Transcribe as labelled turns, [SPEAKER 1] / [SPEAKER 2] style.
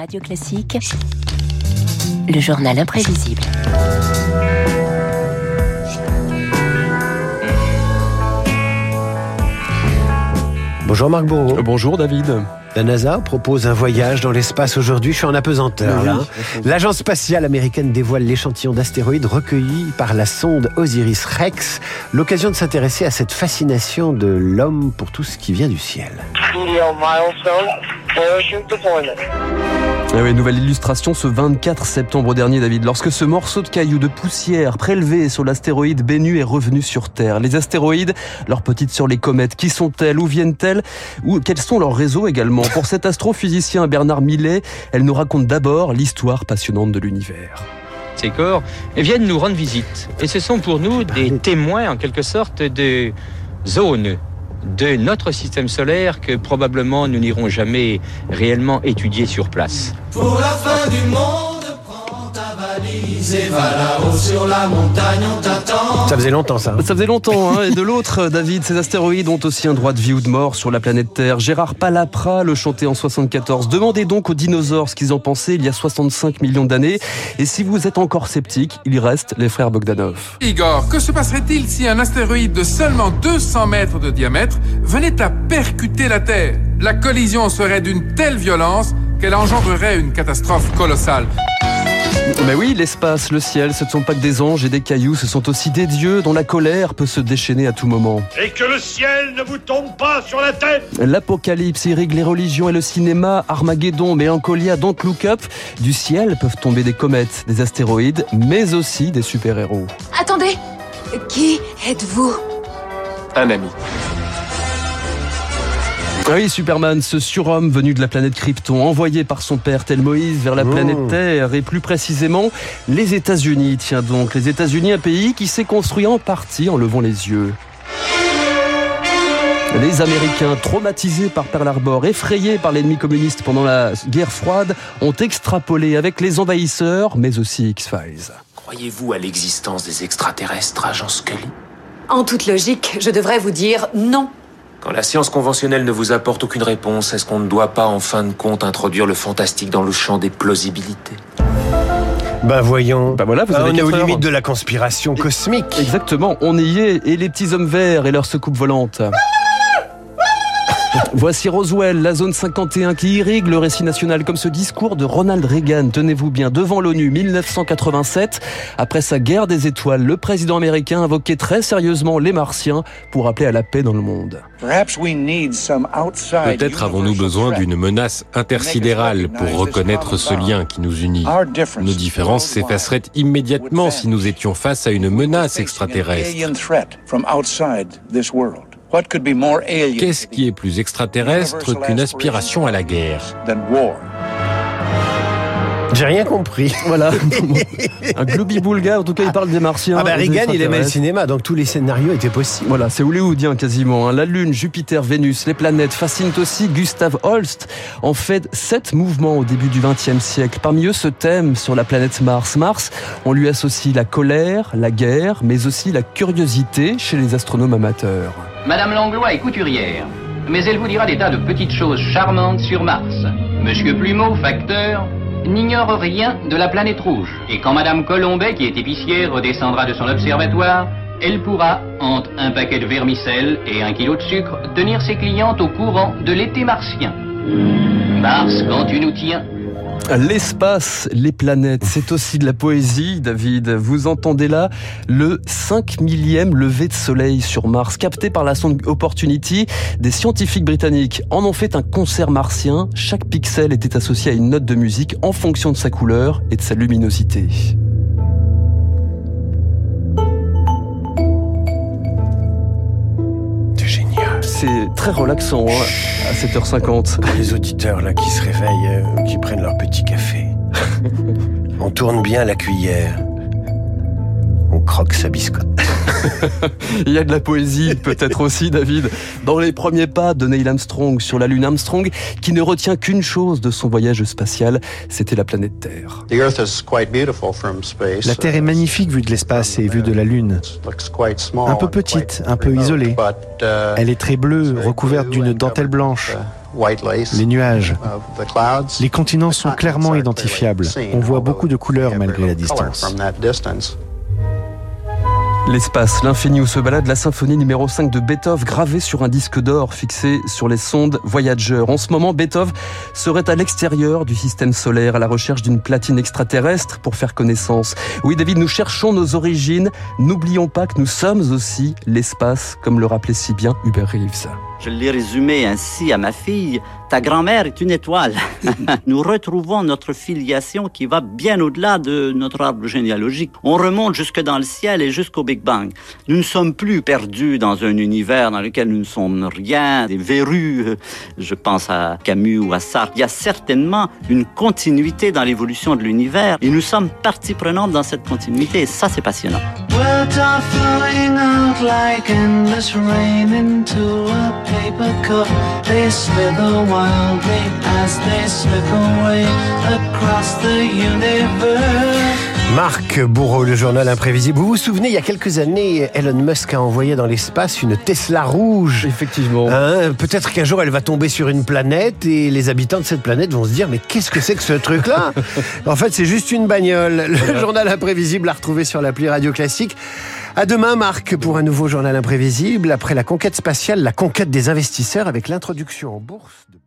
[SPEAKER 1] Radio Classique, le journal imprévisible.
[SPEAKER 2] Bonjour Marc Bourreau.
[SPEAKER 3] Bonjour David.
[SPEAKER 2] La NASA propose un voyage dans l'espace aujourd'hui. Je suis en apesanteur là. L'agence spatiale américaine dévoile l'échantillon d'astéroïdes recueilli par la sonde Osiris-Rex. L'occasion de s'intéresser à cette fascination de l'homme pour tout ce qui vient du ciel.
[SPEAKER 3] Oui, nouvelle illustration ce 24 septembre dernier, David, lorsque ce morceau de caillou de poussière prélevé sur l'astéroïde Bennu est revenu sur Terre. Les astéroïdes, leurs petites sœurs les comètes, qui sont-elles, où viennent-elles, quels sont leurs réseaux également? Pour cet astrophysicien Bernard Millet, elle nous raconte d'abord l'histoire passionnante de l'univers.
[SPEAKER 4] Ces corps viennent nous rendre visite. Et ce sont pour nous des témoins, en quelque sorte, de zones de notre système solaire que probablement nous n'irons jamais réellement étudier sur place.
[SPEAKER 5] Pour la fin du monde, prends ta valise et va là-haut sur la montagne, on t'attend.
[SPEAKER 2] Ça faisait longtemps ça.
[SPEAKER 3] Ça faisait longtemps, hein. Et de l'autre, David, ces astéroïdes ont aussi un droit de vie ou de mort sur la planète Terre. Gérard Palapra le chantait en 74. Demandez donc aux dinosaures ce qu'ils en pensaient il y a 65 millions d'années. Et si vous êtes encore sceptique, il reste les frères Bogdanov.
[SPEAKER 6] Igor, que se passerait-il si un astéroïde de seulement 200 mètres de diamètre venait à percuter la Terre? La collision serait d'une telle violence qu'elle engendrerait une catastrophe colossale.
[SPEAKER 3] Mais oui, l'espace, le ciel, ce ne sont pas que des anges et des cailloux, ce sont aussi des dieux dont la colère peut se déchaîner à tout moment.
[SPEAKER 7] Et que le ciel ne vous tombe pas sur la tête!
[SPEAKER 3] L'apocalypse irrigue les religions et le cinéma, Armageddon, Mélancolia, Don't Look Up. Du ciel peuvent tomber des comètes, des astéroïdes, mais aussi des super-héros.
[SPEAKER 8] Attendez, qui êtes-vous?
[SPEAKER 9] Un ami.
[SPEAKER 3] Oui, Superman, ce surhomme venu de la planète Krypton, envoyé par son père tel Moïse vers la planète Terre, et plus précisément les États-Unis. Tiens donc, les États-Unis, un pays qui s'est construit en partie en levant les yeux. Les Américains, traumatisés par Pearl Harbor, effrayés par l'ennemi communiste pendant la guerre froide, ont extrapolé avec les envahisseurs, mais aussi X-Files.
[SPEAKER 9] Croyez-vous à l'existence des extraterrestres, agent Scully?
[SPEAKER 8] En toute logique, je devrais vous dire non.
[SPEAKER 9] Quand la science conventionnelle ne vous apporte aucune réponse, est-ce qu'on ne doit pas, en fin de compte, introduire le fantastique dans le champ des plausibilités?
[SPEAKER 2] Ben voyons.
[SPEAKER 3] Ben voilà, vous avez
[SPEAKER 2] on est aux
[SPEAKER 3] 4 heures.
[SPEAKER 2] limites de la conspiration cosmique.
[SPEAKER 3] Exactement, on y est, et les petits hommes verts et leurs soucoupes volantes. Voici Roswell, la zone 51 qui irrigue le récit national comme ce discours de Ronald Reagan, tenez-vous bien, devant l'ONU 1987. Après sa guerre des étoiles, le président américain invoquait très sérieusement les martiens pour appeler à la paix dans le monde.
[SPEAKER 10] Peut-être avons-nous besoin d'une menace intersidérale pour reconnaître ce lien qui nous unit. Nos différences s'effaceraient immédiatement si nous étions face à une menace extraterrestre. Qu'est-ce qui est plus extraterrestre qu'une aspiration à la guerre?
[SPEAKER 2] J'ai rien compris.
[SPEAKER 3] Voilà. Un globi-boulga, en tout cas, il parle des martiens.
[SPEAKER 2] Ah ben Reagan, il aimait le cinéma, donc tous les scénarios étaient possibles.
[SPEAKER 3] Voilà, c'est hollywoodien quasiment. La Lune, Jupiter, Vénus, les planètes fascinent aussi Gustav Holst. En fait, 7 mouvements au début du XXe siècle. Parmi eux, ce thème sur la planète Mars. Mars, on lui associe la colère, la guerre, mais aussi la curiosité chez les astronomes amateurs.
[SPEAKER 11] Madame Langlois est couturière, mais elle vous dira des tas de petites choses charmantes sur Mars. Monsieur Plumeau, facteur, n'ignore rien de la planète rouge. Et quand Madame Colombet, qui est épicière, redescendra de son observatoire, elle pourra, entre un paquet de vermicelles et 1 kilo de sucre, tenir ses clientes au courant de l'été martien. Mars, quand tu nous tiens.
[SPEAKER 3] L'espace, les planètes, c'est aussi de la poésie, David. Vous entendez là le 5 millième lever de soleil sur Mars, capté par la sonde Opportunity. Des scientifiques britanniques en ont fait un concert martien. Chaque pixel était associé à une note de musique en fonction de sa couleur et de sa luminosité.
[SPEAKER 2] C'est génial.
[SPEAKER 3] C'est très relaxant, hein, à 7h50.
[SPEAKER 2] Les auditeurs là qui se réveillent, qui prennent leur petit café. On tourne bien la cuillère. On croque sa biscotte.
[SPEAKER 3] Il y a de la poésie, peut-être aussi, David, dans les premiers pas de Neil Armstrong sur la Lune. Armstrong, qui ne retient qu'une chose de son voyage spatial, c'était la planète Terre.
[SPEAKER 12] La Terre est magnifique vue de l'espace et vue de la Lune. Un peu petite, un peu isolée. Elle est très bleue, recouverte d'une dentelle blanche. Les nuages. Les continents sont clairement identifiables. On voit beaucoup de couleurs malgré la distance.
[SPEAKER 3] L'espace, l'infini où se balade la symphonie numéro 5 de Beethoven, gravée sur un disque d'or fixé sur les sondes Voyager. En ce moment, Beethoven serait à l'extérieur du système solaire, à la recherche d'une platine extraterrestre pour faire connaissance. Oui, David, nous cherchons nos origines. N'oublions pas que nous sommes aussi l'espace, comme le rappelait si bien Hubert Reeves.
[SPEAKER 13] Je l'ai résumé ainsi à ma fille. Ta grand-mère est une étoile. Nous retrouvons notre filiation qui va bien au-delà de notre arbre généalogique. On remonte jusque dans le ciel et jusqu'au Big Bang. Nous ne sommes plus perdus dans un univers dans lequel nous ne sommes rien, des verrues. Je pense à Camus ou à Sartre. Il y a certainement une continuité dans l'évolution de l'univers et nous sommes partie prenante dans cette continuité et ça, c'est passionnant.
[SPEAKER 5] Words are flowing out like endless rain into a paper cup. They slither wildly as they slip away across the universe.
[SPEAKER 2] Marc Bourreau, le journal imprévisible. Vous vous souvenez, il y a quelques années, Elon Musk a envoyé dans l'espace une Tesla rouge.
[SPEAKER 3] Effectivement.
[SPEAKER 2] Peut-être qu'un jour, elle va tomber sur une planète et les habitants de cette planète vont se dire « Mais qu'est-ce que c'est que ce truc-là » En fait, c'est juste une bagnole. Le journal imprévisible à retrouver sur l'appli Radio Classique. À demain, Marc, pour un nouveau journal imprévisible. Après la conquête spatiale, la conquête des investisseurs avec l'introduction en bourse de